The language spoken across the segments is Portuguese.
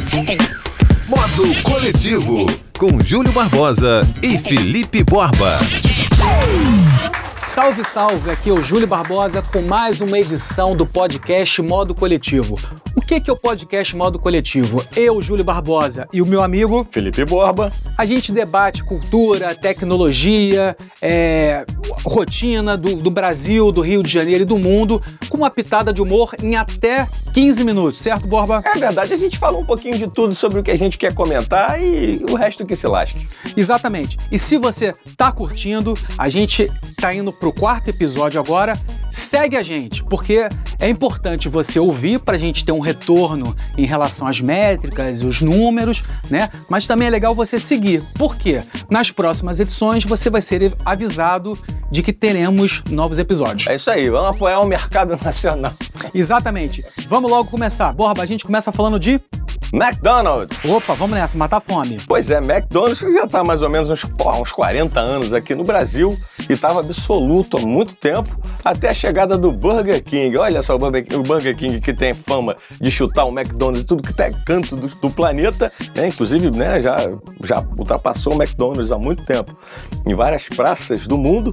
Modo Coletivo, com Júlio Barbosa e Felipe Borba. Salve, salve! Aqui é o Júlio Barbosa com mais uma edição do podcast Modo Coletivo. O que é o podcast Modo Coletivo? Eu, Júlio Barbosa, e o meu amigo Felipe Borba. A gente debate cultura, tecnologia, rotina do Brasil, do Rio de Janeiro e do mundo, com uma pitada de humor em até 15 minutos, certo, Borba? É verdade, a gente fala um pouquinho de tudo sobre o que a gente quer comentar e o resto que se lasque. Exatamente. E se você tá curtindo, a gente tá indo pro 4º episódio agora, segue a gente, porque é importante você ouvir pra gente ter um retorno em relação às métricas, os números, né? Mas também é legal você seguir. Por quê? Nas próximas edições você vai ser avisado de que teremos novos episódios. É isso aí, vamos apoiar o mercado nacional. Exatamente. Vamos logo começar. Borba, a gente começa falando de McDonald's. Opa, vamos nessa, matar a fome. Pois é, McDonald's já está mais ou menos uns 40 anos aqui no Brasil e estava absoluto há muito tempo, até a chegada do Burger King. Olha só, o Burger King que tem fama de chutar o McDonald's e tudo que tá canto do planeta, né? Inclusive, né, já ultrapassou o McDonald's há muito tempo em várias praças do mundo.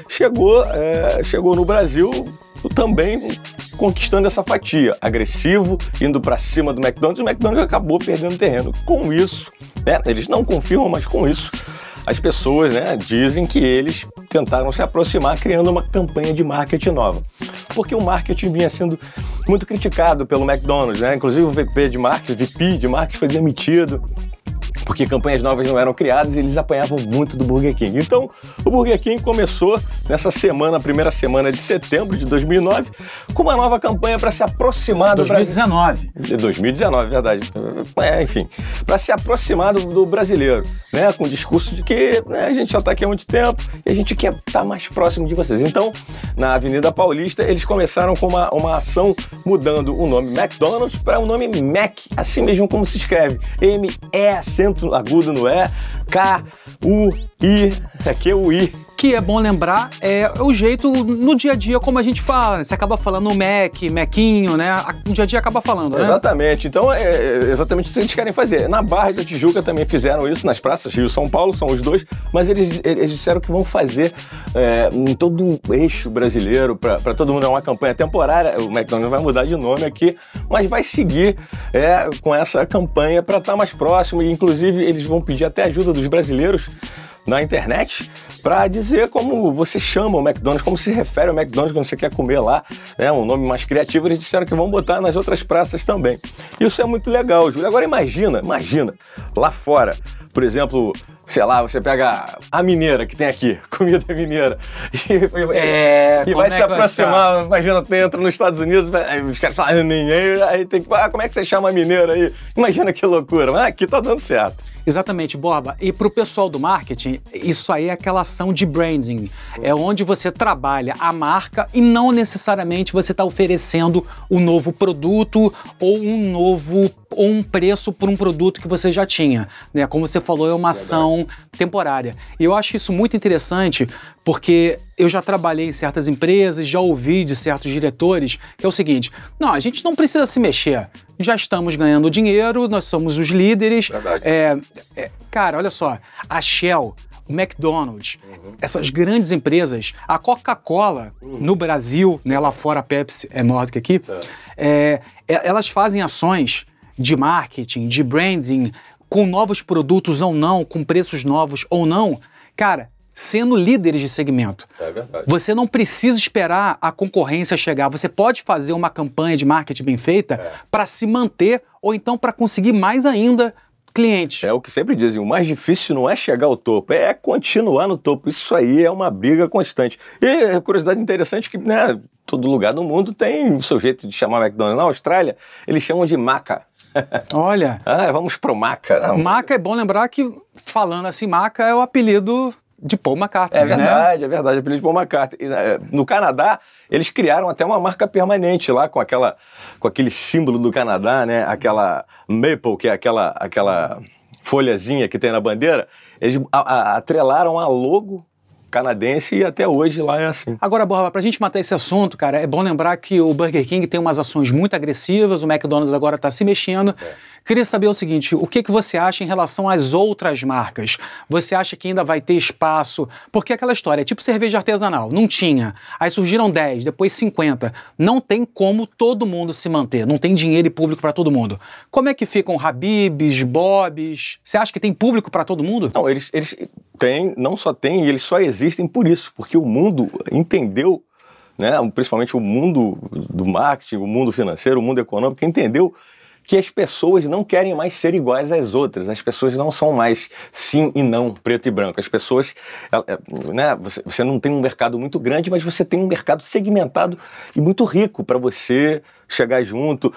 Chegou no Brasil também conquistando essa fatia, agressivo, indo para cima do McDonald's. O McDonald's acabou perdendo terreno. Com isso, né, eles não confirmam, mas com isso, as pessoas, né, dizem que eles tentaram se aproximar criando uma campanha de marketing nova. Porque o marketing vinha sendo muito criticado pelo McDonald's, né? Inclusive o VP de marketing foi demitido, porque campanhas novas não eram criadas e eles apanhavam muito do Burger King. Então, o Burger King começou nessa semana, a primeira semana de setembro de 2009, com uma nova campanha para se aproximar do Brasil. 2019, verdade. Enfim, para se aproximar do brasileiro, né? Com o discurso de que, né, a gente já está aqui há muito tempo e a gente quer estar mais próximo de vocês. Então, na Avenida Paulista, eles começaram com uma ação mudando o nome McDonald's para o nome Mac, assim mesmo como se escreve. M-E, acento agudo no E, K-U-I, Q-U-I. Que é bom lembrar, é o jeito no dia a dia como a gente fala, né? Você acaba falando Mequinho, né? No dia a dia acaba falando, né? Exatamente, então é exatamente isso que eles querem fazer. Na Barra da Tijuca também fizeram isso, nas praças Rio e São Paulo, são os dois, mas eles disseram que vão fazer em todo o eixo brasileiro, para todo mundo. É uma campanha temporária, o McDonald's vai mudar de nome aqui, mas vai seguir com essa campanha para estar mais próximo, e inclusive eles vão pedir até ajuda dos brasileiros na internet para dizer como você chama o McDonald's, como se refere ao McDonald's quando você quer comer lá, né? Um nome mais criativo. Eles disseram que vão botar nas outras praças também. Isso é muito legal, Júlio. Agora imagina, lá fora, por exemplo, sei lá, você pega a mineira que tem aqui, comida mineira, e vai se aproximar. Imagina, entra nos Estados Unidos, os caras falam mineira, aí tem que, como é que você chama a mineira aí? Imagina que loucura, mas aqui tá dando certo. Exatamente, Borba. E para o pessoal do marketing, isso aí é aquela ação de branding. É onde você trabalha a marca e não necessariamente você está oferecendo um novo produto ou um preço por um produto que você já tinha, né? Como você falou, é uma ação temporária. E eu acho isso muito interessante porque eu já trabalhei em certas empresas, já ouvi de certos diretores que é o seguinte: não, a gente não precisa se mexer. Já estamos ganhando dinheiro, nós somos os líderes. Cara, olha só, a Shell, o McDonald's, essas grandes empresas, a Coca-Cola no Brasil, né, lá fora a Pepsi é maior do que aqui, elas fazem ações de marketing, de branding, com novos produtos ou não, com preços novos ou não, cara, sendo líderes de segmento. É verdade. Você não precisa esperar a concorrência chegar. Você pode fazer uma campanha de marketing bem feita para se manter ou então para conseguir mais ainda clientes. É o que sempre dizem, o mais difícil não é chegar ao topo, é continuar no topo. Isso aí é uma briga constante. E curiosidade interessante que, né, todo lugar do mundo tem o seu jeito de chamar McDonald's. Na Austrália, eles chamam de Maca. Olha. Vamos pro Maca. Maca, é bom lembrar que, falando assim, Maca é o apelido de Paul McCartney, é verdade, apelido de Paul McCartney. No Canadá, eles criaram até uma marca permanente lá com aquele símbolo do Canadá, né? Aquela maple, que é aquela folhazinha que tem na bandeira. Eles atrelaram a logo canadense e até hoje lá é assim. Agora, Borba, pra gente matar esse assunto, cara, é bom lembrar que o Burger King tem umas ações muito agressivas, o McDonald's agora tá se mexendo. Queria saber o seguinte, o que você acha em relação às outras marcas? Você acha que ainda vai ter espaço? Porque aquela história, é tipo cerveja artesanal, não tinha. Aí surgiram 10, depois 50. Não tem como todo mundo se manter, não tem dinheiro e público para todo mundo. Como é que ficam Habib's, Bob's? Você acha que tem público para todo mundo? Não, eles têm, não só têm, eles só existem por isso, porque o mundo entendeu, né, principalmente o mundo do marketing, o mundo financeiro, o mundo econômico, entendeu que as pessoas não querem mais ser iguais às outras. As pessoas não são mais sim e não, preto e branco. As pessoas, né, você não tem um mercado muito grande, mas você tem um mercado segmentado e muito rico para você chegar junto.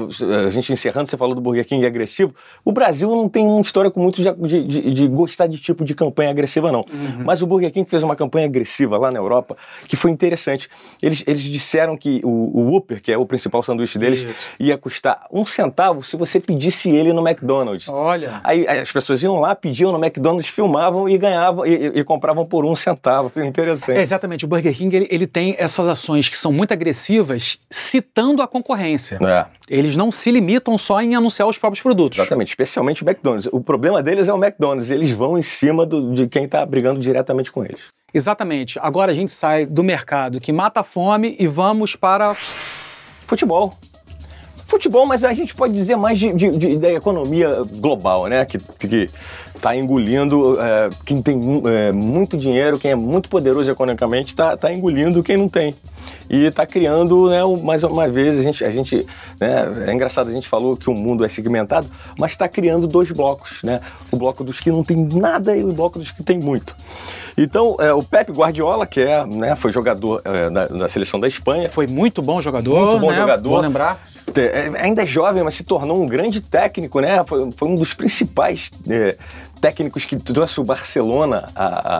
A gente encerrando, você falou do Burger King agressivo. O Brasil não tem um histórico muito de gostar de tipo de campanha agressiva, não. Uhum. Mas o Burger King fez uma campanha agressiva lá na Europa, que foi interessante. Eles disseram que o Whopper, que é o principal sanduíche deles, ia custar 1 centavo se você pedisse ele no McDonald's. Olha! Aí as pessoas iam lá, pediam no McDonald's, filmavam e ganhavam, e compravam por 1 centavo. Interessante. Exatamente. O Burger King, ele tem essas ações que são muito agressivas, citando a concorrência. Eles não se limitam só em anunciar os próprios produtos. Exatamente, especialmente o McDonald's. O problema deles é o McDonald's, eles vão em cima de quem está brigando diretamente com eles. Exatamente. Agora a gente sai do mercado que mata a fome e vamos para... Futebol. Futebol, mas a gente pode dizer mais da economia global, né? Que está engolindo quem tem muito dinheiro, quem é muito poderoso economicamente, está engolindo quem não tem. E está criando, né, mais uma vez, a gente né, é engraçado, a gente falou que o mundo é segmentado, mas está criando 2 blocos, né? O bloco dos que não tem nada e o bloco dos que tem muito. Então, o Pep Guardiola, que foi jogador da seleção da Espanha. Foi muito bom jogador, muito bom jogador. Vou lembrar. Ainda é jovem, mas se tornou um grande técnico, né? Foi um dos principais técnicos que trouxe o Barcelona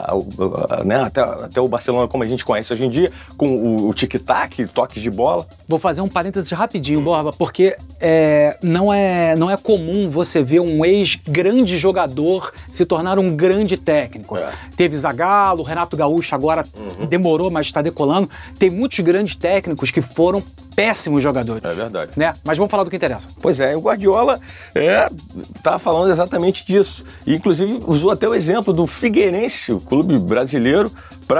né? até o Barcelona como a gente conhece hoje em dia, com o tic-tac, toques de bola. Vou fazer um parênteses rapidinho, Borba, porque não é comum você ver um ex-grande jogador se tornar um grande técnico. Teve Zagallo, Renato Gaúcho agora demorou, mas está decolando. Tem muitos grandes técnicos que foram péssimos jogadores. É verdade. Né? Mas vamos falar do que interessa. Pois é, o Guardiola tá falando exatamente disso. E, inclusive, usou até o exemplo do Figueirense, o clube brasileiro,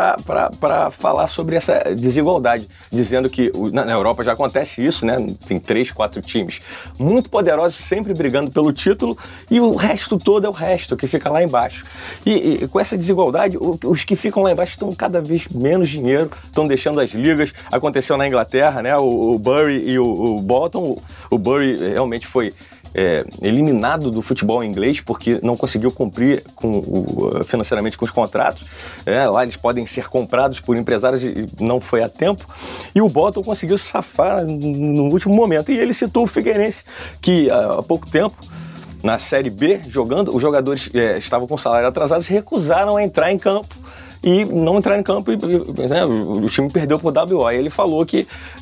para falar sobre essa desigualdade, dizendo que na Europa já acontece isso, né? Tem 3, 4 times muito poderosos, sempre brigando pelo título, e o resto todo é o resto, que fica lá embaixo. E com essa desigualdade, os que ficam lá embaixo estão cada vez menos dinheiro, estão deixando as ligas. Aconteceu na Inglaterra, né? O Bury e o Bolton. O Bury realmente foi eliminado do futebol inglês porque não conseguiu cumprir financeiramente com os contratos. Lá eles podem ser comprados por empresários e não foi a tempo. E o Bolton conseguiu se safar no último momento. E ele citou o Figueirense, que há pouco tempo, na Série B, jogando, os jogadores estavam com salário atrasado e recusaram a entrar em campo. E não entrar em campo, né, o time perdeu por WO. E ele falou que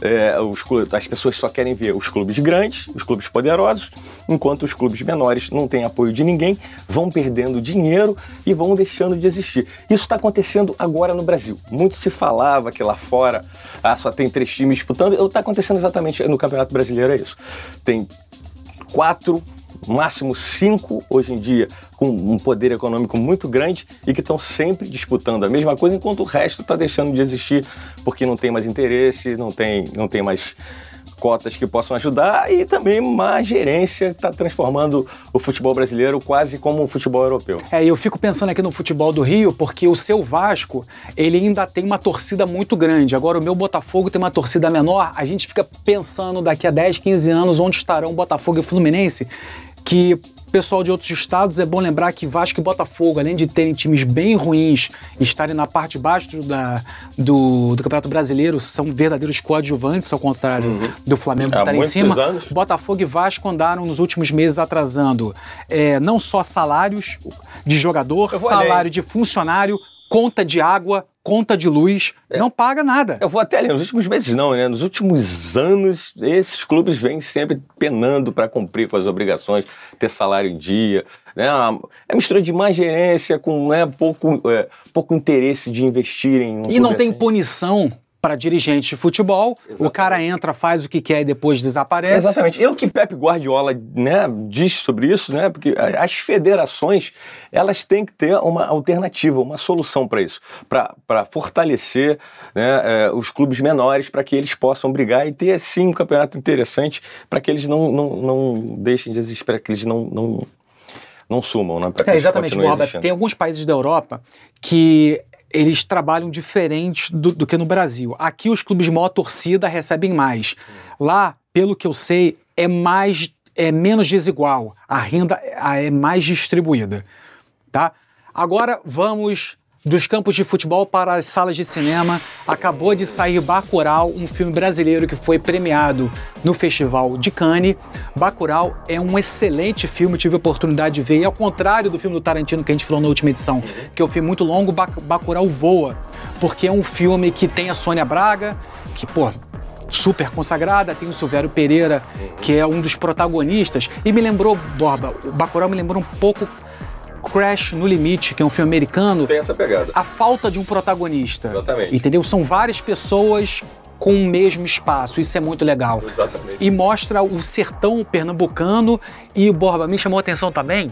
as pessoas só querem ver os clubes grandes, os clubes poderosos, enquanto os clubes menores não têm apoio de ninguém, vão perdendo dinheiro e vão deixando de existir. Isso está acontecendo agora no Brasil. Muito se falava que lá fora só tem 3 times disputando. Está acontecendo exatamente no Campeonato Brasileiro, é isso. Tem 4, máximo 5 hoje em dia, com um poder econômico muito grande e que estão sempre disputando a mesma coisa, enquanto o resto está deixando de existir porque não tem mais interesse, não tem mais cotas que possam ajudar, e também uma gerência que está transformando o futebol brasileiro quase como um futebol europeu. Eu fico pensando aqui no futebol do Rio, porque o seu Vasco, ele ainda tem uma torcida muito grande. Agora o meu Botafogo tem uma torcida menor. A gente fica pensando daqui a 10, 15 anos onde estarão Botafogo e Fluminense, que... Pessoal de outros estados, é bom lembrar que Vasco e Botafogo, além de terem times bem ruins e estarem na parte de baixo do Campeonato Brasileiro, são verdadeiros coadjuvantes, ao contrário do Flamengo que está em cima. Anos. Botafogo e Vasco andaram nos últimos meses atrasando não só salários de jogador, salário de funcionário, conta de água, conta de luz, não paga nada. Eu vou até ali, nos últimos meses não, né? Nos últimos anos, esses clubes vêm sempre penando para cumprir com as obrigações, ter salário em dia, né? É mistura de má gerência com pouco interesse de investir em um E não tem assim. punição para dirigentes de futebol. Exatamente. O cara entra, faz o que quer e depois desaparece. Exatamente. E o que Pep Guardiola, né, diz sobre isso, né, porque as federações, elas têm que ter uma alternativa, uma solução para isso, para fortalecer, né, os clubes menores, para que eles possam brigar e ter, sim, um campeonato interessante, para que eles não deixem de existir, para que eles não sumam, né, para que exatamente, Borba. Tem alguns países da Europa que eles trabalham diferente do que no Brasil. Aqui os clubes de maior torcida recebem mais. Lá, pelo que eu sei, é menos desigual. A renda é mais distribuída. Tá? Agora vamos dos campos de futebol para as salas de cinema. Acabou de sair Bacurau, um filme brasileiro que foi premiado no Festival de Cannes. Bacurau é um excelente filme, tive a oportunidade de ver. E ao contrário do filme do Tarantino que a gente falou na última edição, que é um filme muito longo, Bacurau voa. Porque é um filme que tem a Sônia Braga, que, super consagrada, tem o Silvério Pereira, que é um dos protagonistas. E me lembrou, Borba, o Bacurau me lembrou um pouco Crash no Limite, que é um filme americano. Tem essa pegada. A falta de um protagonista. Exatamente. Entendeu? São várias pessoas com o mesmo espaço. Isso é muito legal. Exatamente. E mostra o sertão pernambucano. E, Borba, me chamou a atenção também,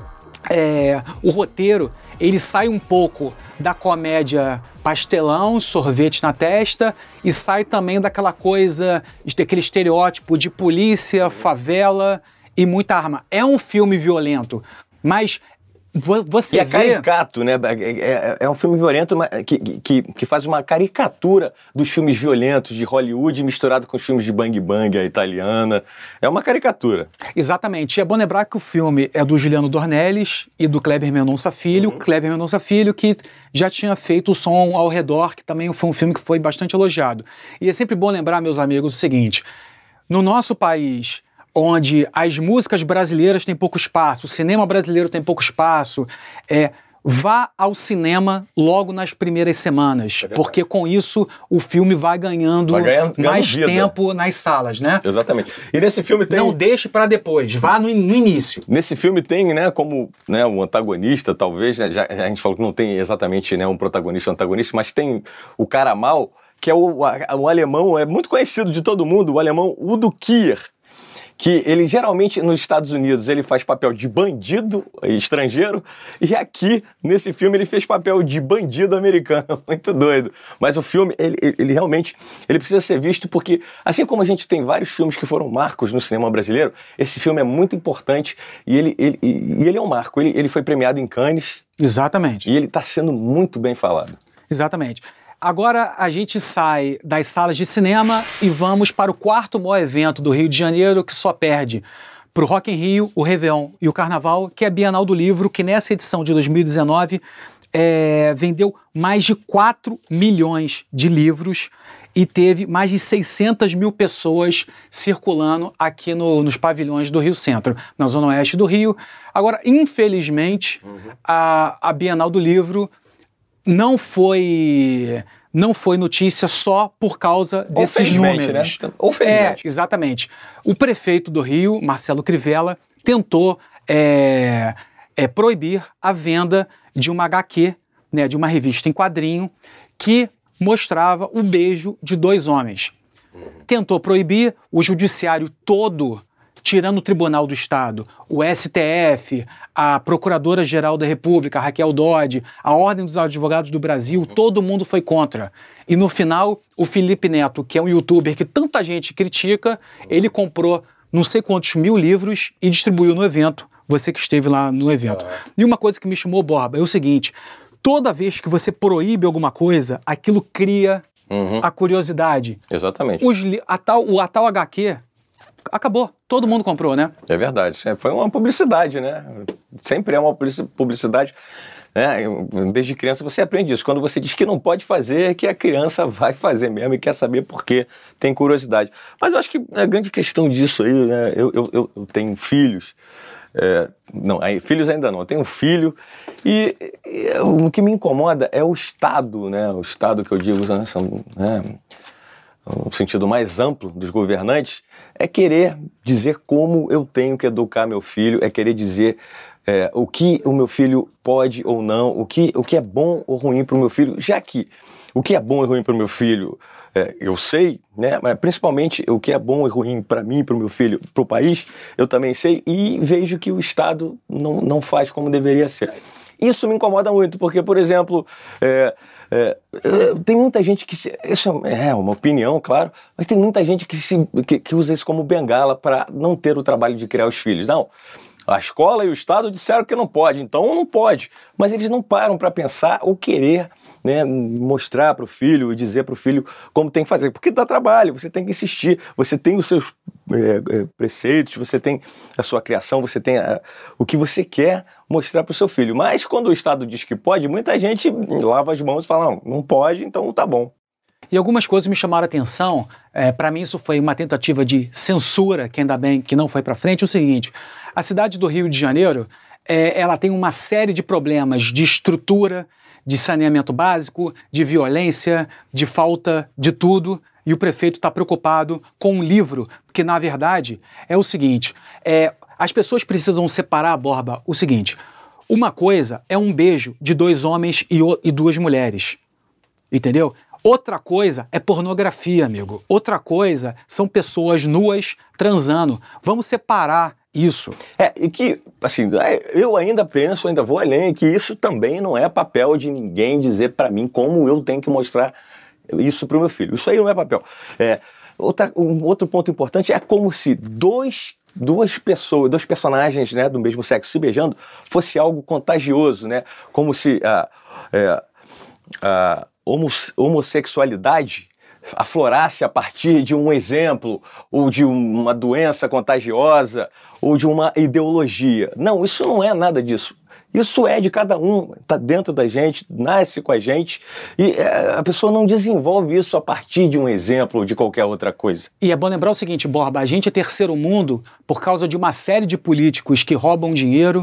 o roteiro, ele sai um pouco da comédia pastelão, sorvete na testa, e sai também daquela coisa, daquele estereótipo de polícia, favela e muita arma. É um filme violento, mas você e é caricato, né? É um filme violento que faz uma caricatura dos filmes violentos de Hollywood misturado com os filmes de Bang Bang, a italiana. É uma caricatura. Exatamente. E é bom lembrar que o filme é do Juliano Dornelles e do Kleber Mendonça Filho. Kleber Mendonça Filho, que já tinha feito o Som ao Redor, que também foi um filme que foi bastante elogiado. E é sempre bom lembrar, meus amigos, o seguinte: no nosso país, onde as músicas brasileiras têm pouco espaço, o cinema brasileiro tem pouco espaço, vá ao cinema logo nas primeiras semanas, porque com isso o filme vai ganhando mais tempo nas salas, né? Exatamente. E nesse filme tem... Não deixe para depois, vá no início. Nesse filme tem, né, como, né, um antagonista, talvez, né, já a gente falou que não tem exatamente, né, um protagonista ou antagonista, mas tem o cara mal, que é o alemão, é muito conhecido de todo mundo, o alemão Udo Kier, que ele geralmente nos Estados Unidos ele faz papel de bandido estrangeiro, e aqui nesse filme ele fez papel de bandido americano. Muito doido. Mas o filme, ele realmente ele precisa ser visto porque, assim como a gente tem vários filmes que foram marcos no cinema brasileiro, esse filme é muito importante e ele é um marco. Ele foi premiado em Cannes. Exatamente. E ele está sendo muito bem falado. Exatamente. Agora a gente sai das salas de cinema e vamos para o quarto maior evento do Rio de Janeiro, que só perde para o Rock in Rio, o Réveillon e o Carnaval, que é a Bienal do Livro, que nessa edição de 2019 vendeu mais de 4 milhões de livros e teve mais de 600 mil pessoas circulando aqui nos pavilhões do Rio Centro, na zona oeste do Rio. Agora, infelizmente, a Bienal do Livro não foi notícia só por causa desses números. Né? Ou felizmente. Exatamente. O prefeito do Rio, Marcelo Crivella, tentou proibir a venda de uma HQ, né, de uma revista em quadrinho, que mostrava o beijo de 2 homens. Tentou proibir, o judiciário todo, tirando o Tribunal do Estado, o STF, a Procuradora-Geral da República, a Raquel Dodge, a Ordem dos Advogados do Brasil, todo mundo foi contra. E no final, o Felipe Neto, que é um youtuber que tanta gente critica, ele comprou não sei quantos mil livros e distribuiu no evento, você que esteve lá no evento. E uma coisa que me chamou, Borba, é o seguinte: toda vez que você proíbe alguma coisa, aquilo cria a curiosidade. Exatamente. A tal HQ... acabou. Todo mundo comprou, né? É verdade. Foi uma publicidade, né? Sempre é uma publicidade. Né? Desde criança você aprende isso. Quando você diz que não pode fazer, é que a criança vai fazer mesmo e quer saber por quê. Tem curiosidade. Mas eu acho que a grande questão disso aí, né? Eu tenho filhos. Filhos ainda não. Eu tenho um filho e o que me incomoda é o Estado, né? O Estado que eu digo, né? No sentido mais amplo dos governantes, é querer dizer como eu tenho que educar meu filho, é querer dizer o que o meu filho pode ou não, o que é bom ou ruim para o meu filho, já que O que é bom e ruim para o meu filho, eu sei, né? Mas principalmente o que é bom e ruim para mim, para o meu filho, para o país, eu também sei e vejo que o Estado não faz como deveria ser. Isso me incomoda muito, porque, por exemplo, tem muita gente que... Isso é uma opinião, claro, mas tem muita gente que usa isso como bengala para não ter o trabalho de criar os filhos. Não, a escola e o Estado disseram que não pode, então não pode. Mas eles não param para pensar ou querer, né, mostrar para o filho e dizer para o filho como tem que fazer. Porque dá trabalho, você tem que insistir, você tem os seus preceitos, você tem a sua criação, você tem o que você quer mostrar para o seu filho. Mas quando o Estado diz que pode, muita gente lava as mãos e fala, não pode, então tá bom. E algumas coisas me chamaram a atenção, para mim isso foi uma tentativa de censura, que ainda bem que não foi para frente, o seguinte: a cidade do Rio de Janeiro, ela tem uma série de problemas de estrutura, de saneamento básico, de violência, de falta de tudo, e o prefeito está preocupado com um livro, que na verdade é o seguinte, as pessoas precisam separar, Borba, o seguinte: uma coisa é um beijo de 2 homens e 2 mulheres, entendeu? Outra coisa é pornografia, amigo. Outra coisa são pessoas nuas transando. Vamos separar isso. E que, assim, eu ainda penso, ainda vou além, que isso também não é papel de ninguém dizer pra mim como eu tenho que mostrar isso pro meu filho. Isso aí não é papel. Um outro ponto importante é como se dois personagens, né, do mesmo sexo se beijando fosse algo contagioso, né? Como se a homossexualidade aflorasse a partir de um exemplo, ou de uma doença contagiosa, ou de uma ideologia. Não, isso não é nada disso. Isso é de cada um, está dentro da gente, nasce com a gente, e a pessoa não desenvolve isso a partir de um exemplo ou de qualquer outra coisa. E é bom lembrar o seguinte, Borba, a gente é terceiro mundo por causa de uma série de políticos que roubam dinheiro,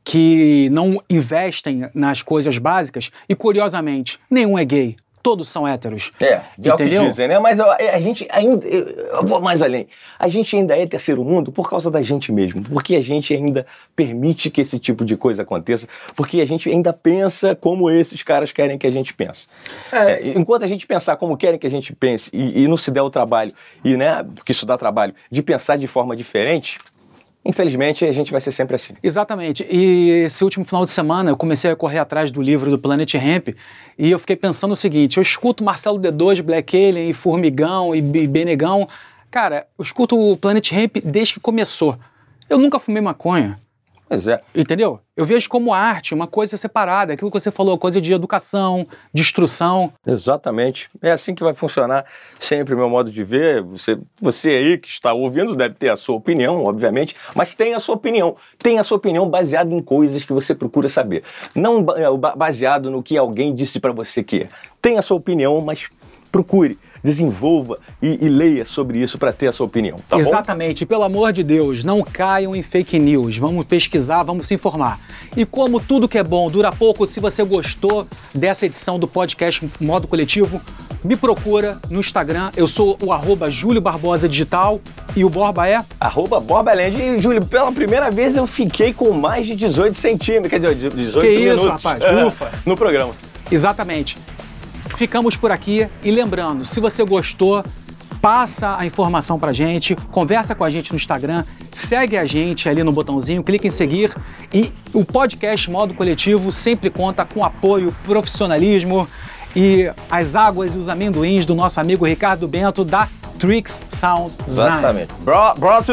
que não investem nas coisas básicas, e curiosamente, nenhum é gay. Todos são héteros. É o que dizem, né? Mas a gente ainda... Eu vou mais além. A gente ainda é terceiro mundo por causa da gente mesmo. Porque a gente ainda permite que esse tipo de coisa aconteça. Porque a gente ainda pensa como esses caras querem que a gente pense. Enquanto a gente pensar como querem que a gente pense e não se der o trabalho, né, porque isso dá trabalho, de pensar de forma diferente... Infelizmente, a gente vai ser sempre assim. Exatamente. E esse último final de semana eu comecei a correr atrás do livro do Planet Hemp e eu fiquei pensando o seguinte: eu escuto Marcelo D2, Black Alien, e Formigão e Benegão. Cara, eu escuto o Planet Hemp desde que começou. Eu nunca fumei maconha. Pois é. Entendeu? Eu vejo como arte, uma coisa separada. Aquilo que você falou, coisa de educação, de instrução. Exatamente. É assim que vai funcionar sempre o meu modo de ver. Você aí que está ouvindo deve ter a sua opinião, obviamente, mas tem a sua opinião. Tem a sua opinião baseada em coisas que você procura saber. Não baseado no que alguém disse para você que é. Tem a sua opinião, mas procure. Desenvolva e leia sobre isso para ter a sua opinião, tá bom? Exatamente. Pelo amor de Deus, não caiam em fake news. Vamos pesquisar, vamos se informar. E como tudo que é bom dura pouco, se você gostou dessa edição do podcast Modo Coletivo, me procura no Instagram. Eu sou o @Júlio Barbosa Digital e o Borba é? @BorbaLand. E, Júlio, pela primeira vez eu fiquei com mais de 18 centímetros, quer dizer, 18 que minutos. isso, rapaz? Ufa. No programa. Exatamente. Ficamos por aqui e lembrando, se você gostou, passa a informação pra gente, conversa com a gente no Instagram, segue a gente ali no botãozinho, clica em seguir e o podcast Modo Coletivo sempre conta com apoio, profissionalismo e as águas e os amendoins do nosso amigo Ricardo Bento da Trix Sound Design. Exatamente. Brought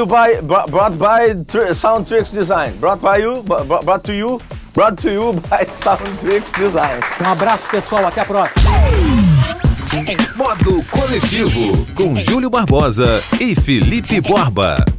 by Sound Trix Design. Brought to you by Sound Trix Design. Um abraço, pessoal. Até a próxima. Modo Coletivo, com Júlio Barbosa e Felipe Borba.